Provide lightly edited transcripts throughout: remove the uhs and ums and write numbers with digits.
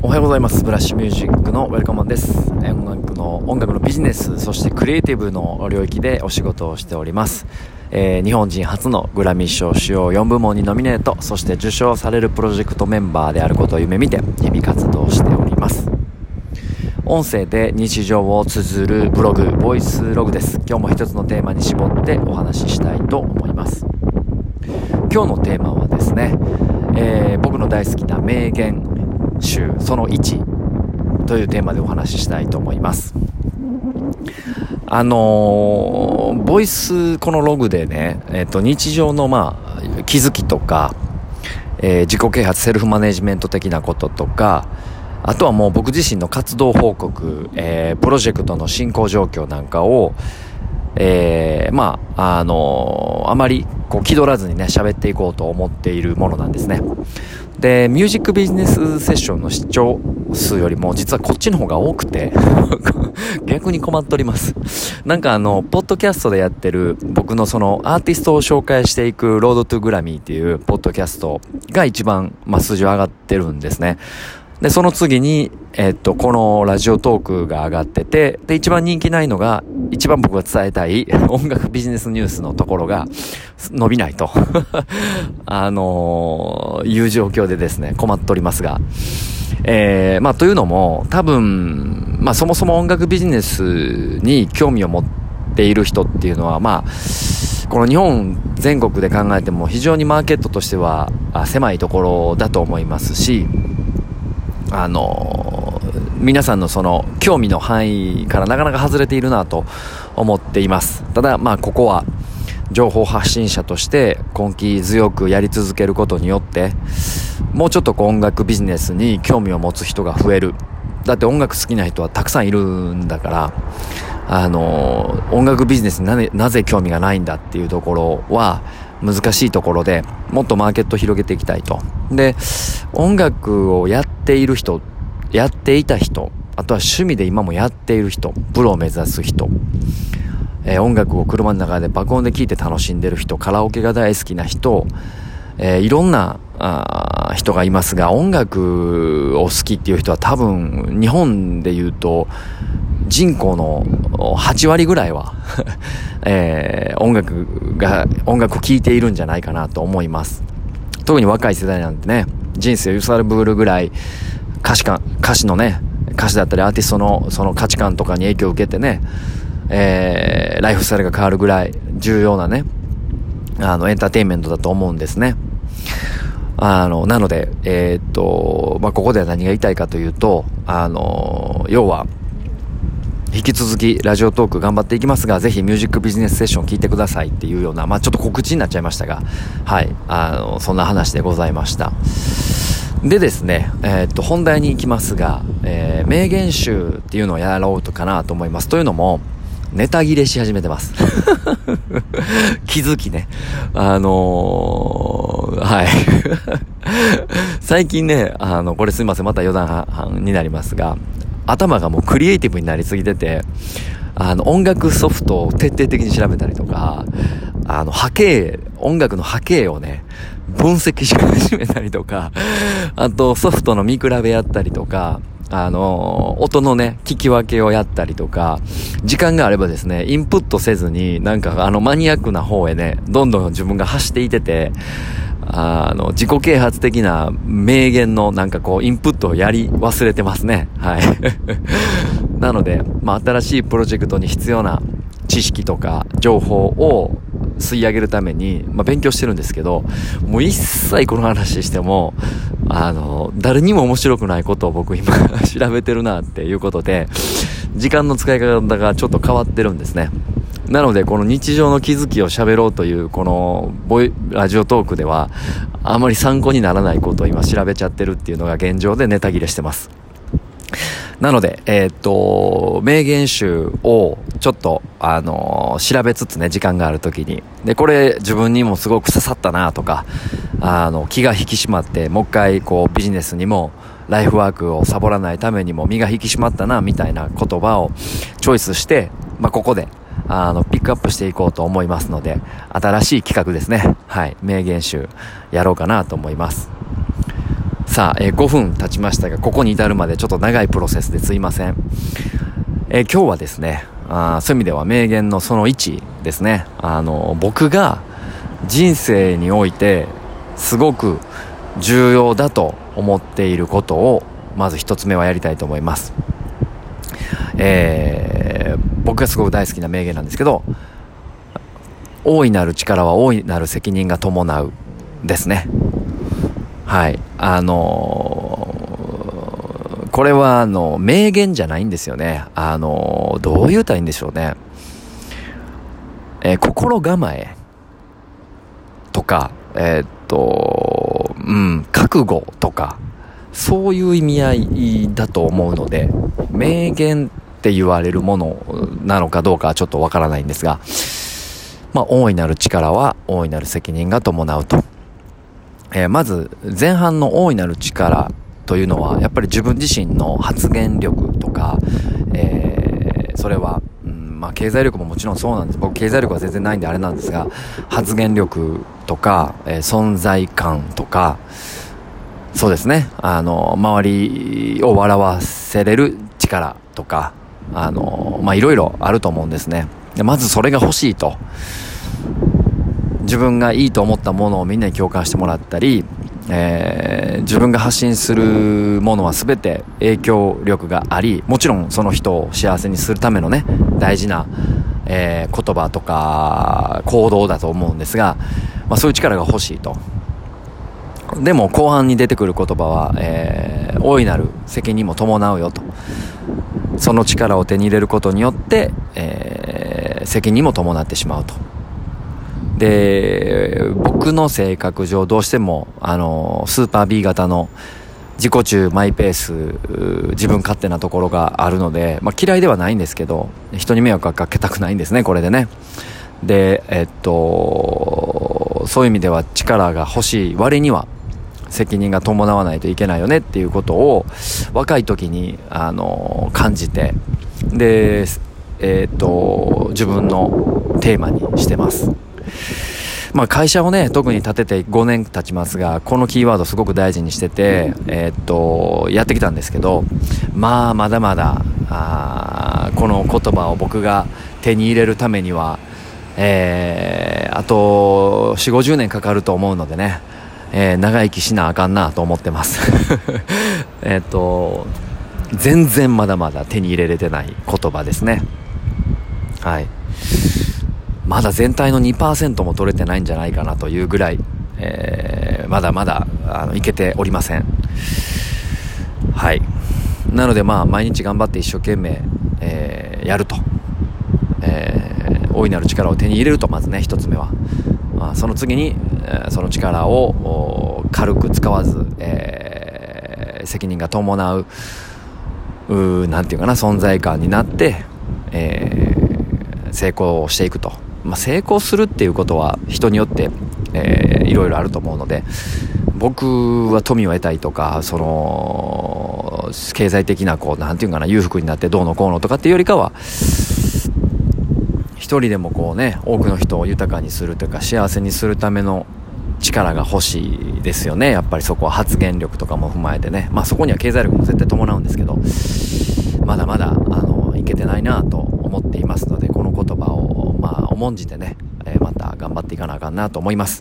おはようございます。ブラッシュミュージックのウェルカムマンです。音楽のビジネス、そしてクリエイティブの領域でお仕事をしております。日本人初のグラミー賞主要4部門にノミネート、そして受賞されるプロジェクトメンバーであることを夢見て日々活動しております。音声で日常を綴るブログ、ボイスログです。今日も一つのテーマに絞ってお話ししたいと思います。今日のテーマはですね、僕の大好きな名言集その1というテーマでお話ししたいと思います。ボイスこのログでね、日常の気づきとか、自己啓発セルフマネジメント的なこととか、あとはもう僕自身の活動報告、プロジェクトの進行状況なんかを、あまり気取らずにね喋っていこうと思っているものなんですね。で、ミュージックビジネスセッションの視聴数よりも実はこっちの方が多くて逆に困っております。なんかポッドキャストでやってる僕のそのアーティストを紹介していくロードトゥグラミーっていうポッドキャストが一番数字上がってるんですね。で、その次に、このラジオトークが上がってて、で、一番人気ないのが、一番僕が伝えたい音楽ビジネスニュースのところが伸びないという状況でですね、困っておりますが、というのも、多分、そもそも音楽ビジネスに興味を持っている人っていうのは、この日本全国で考えても非常にマーケットとしては狭いところだと思いますし、皆さんのその興味の範囲からなかなか外れているなと思っています。ただここは情報発信者として根気強くやり続けることによってもうちょっと音楽ビジネスに興味を持つ人が増える。だって音楽好きな人はたくさんいるんだから、音楽ビジネスになぜ興味がないんだっていうところは難しいところで、もっとマーケットを広げていきたいと。で、音楽をやっている人、やっていた人、あとは趣味で今もやっている人、プロを目指す人、音楽を車の中で爆音で聴いて楽しんでる人、カラオケが大好きな人、いろんな人がいますが、音楽を好きっていう人は多分日本で言うと人口の8割ぐらいは、音楽を聴いているんじゃないかなと思います。特に若い世代なんてね、人生を揺さぶるぐらい歌詞だったりアーティストのその価値観とかに影響を受けてね、ライフスタイルが変わるぐらい重要なね、エンターテインメントだと思うんですね。なので、ここでは何が言いたいかというと、要は、引き続きラジオトーク頑張っていきますが、ぜひミュージックビジネスセッション聞いてくださいっていうような、ちょっと告知になっちゃいましたが、はい、そんな話でございました。でですね、本題に行きますが、名言集っていうのをやろうかなと思います。というのも、ネタ切れし始めてます気づきね、はい最近ね、これすいません、また余談になりますが、頭がもうクリエイティブになりすぎてて、音楽ソフトを徹底的に調べたりとか、音楽の波形をね分析し始めたりとか、あとソフトの見比べやったりとか、音のね聞き分けをやったりとか、時間があればですねインプットせずにマニアックな方へねどんどん自分が走っていてて、自己啓発的な名言のインプットをやり忘れてますね。はいなので、新しいプロジェクトに必要な知識とか情報を吸い上げるために、勉強してるんですけど、もう一切この話しても誰にも面白くないことを僕今調べてるなっていうことで、時間の使い方がちょっと変わってるんですね。なのでこの日常の気づきを喋ろうというこのラジオトークではあまり参考にならないことを今調べちゃってるっていうのが現状でネタ切れしてます。なので名言集をちょっと調べつつね、時間がある時に、でこれ自分にもすごく刺さったなとか、気が引き締まってもう一回ビジネスにもライフワークをサボらないためにも身が引き締まったなみたいな言葉をチョイスして、ここでピックアップしていこうと思いますので、新しい企画ですね。はい、名言集やろうかなと思います。 さあ、5分経ちましたが、ここに至るまでちょっと長いプロセスですいません。今日はですね、そういう意味では名言のその1ですね。僕が人生においてすごく重要だと思っていることをまず一つ目はやりたいと思います。僕がすごく大好きな名言なんですけど、大いなる力は大いなる責任が伴うですね。はい。これは名言じゃないんですよね。どう言うたらいいんでしょうね。心構えとか、覚悟とか、そういう意味合いだと思うので、名言って言われるものなのかどうかはちょっとわからないんですが、大いなる力は大いなる責任が伴うと。まず前半の大いなる力というのはやっぱり自分自身の発言力とか、それは、経済力ももちろんそうなんです。僕経済力は全然ないんであれなんですが、発言力とか、存在感とか、そうですね、周りを笑わせれる力とか、いろいろあると思うんですね。でまずそれが欲しいと。自分がいいと思ったものをみんなに共感してもらったり、自分が発信するものは全て影響力があり、もちろんその人を幸せにするためのね、大事な、言葉とか行動だと思うんですが、そういう力が欲しいと。でも後半に出てくる言葉は、大いなる責任も伴うよと。その力を手に入れることによって、責任も伴ってしまうと。で、僕の性格上どうしてもスーパー B 型の自己中マイペース、自分勝手なところがあるので、嫌いではないんですけど、人に迷惑はかけたくないんですね、これでね。で、そういう意味では力が欲しい割には責任が伴わないといけないよねっていうことを若い時に感じて、で、自分のテーマにしてます。会社をね、特に立てて5年経ちますが、このキーワードすごく大事にしてて、やってきたんですけど、まだまだこの言葉を僕が手に入れるためには、あと 4,50 年かかると思うのでね、長生きしなあかんなと思ってます全然まだまだ手に入れれてない言葉ですね。はい。まだ全体の 2% も取れてないんじゃないかなというぐらい、まだまだいけておりません。はい。なので毎日頑張って一生懸命、やると、大いなる力を手に入れると、まずね、一つ目は、その次に、その力を軽く使わず、責任が伴うなんていうかな、存在感になって、成功していくと。成功するっていうことは人によって、いろいろあると思うので、僕は富を得たいとか、その経済的ななんていうかな、裕福になってどうのこうのとかっていうよりかは、一人でも多くの人を豊かにするというか幸せにするための力が欲しいですよね。やっぱりそこは発言力とかも踏まえてね、そこには経済力も絶対伴うんですけど、まだまだいけてないなと思っていますので、この言葉を重んじてね、また頑張っていかなあかんなと思います。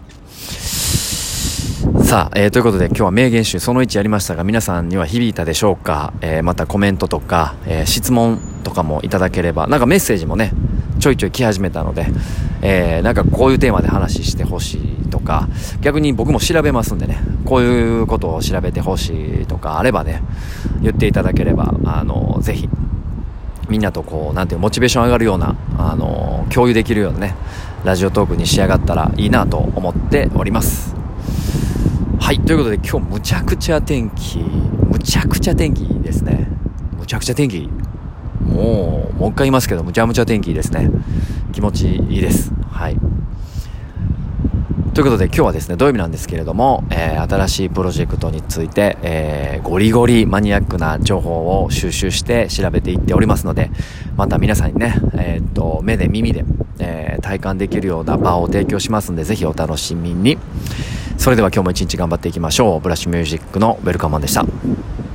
さあ、ということで今日は名言集その1やりましたが、皆さんには響いたでしょうか。またコメントとか、質問とかもいただければ、メッセージもねちょいちょい来始めたので、こういうテーマで話してほしいとか、逆に僕も調べますんでね、こういうことを調べてほしいとかあればね、言っていただければぜひみんなとなんていうモチベーション上がるような共有できるようなねラジオトークに仕上がったらいいなと思っております。はい、ということで今日むちゃくちゃ天気ですね。むちゃくちゃ天気、もう一回言いますけど、むちゃむちゃ天気ですね。気持ちいいです。はい。ということで今日はですね、土曜日なんですけれども、新しいプロジェクトについて、ゴリゴリマニアックな情報を収集して調べていっておりますので、また皆さんにね、目で耳で、体感できるような場を提供しますので、ぜひお楽しみに。そそれでは今日も一日頑張っていきましょう。ブラッシュミュージックのウェルカムマンでした。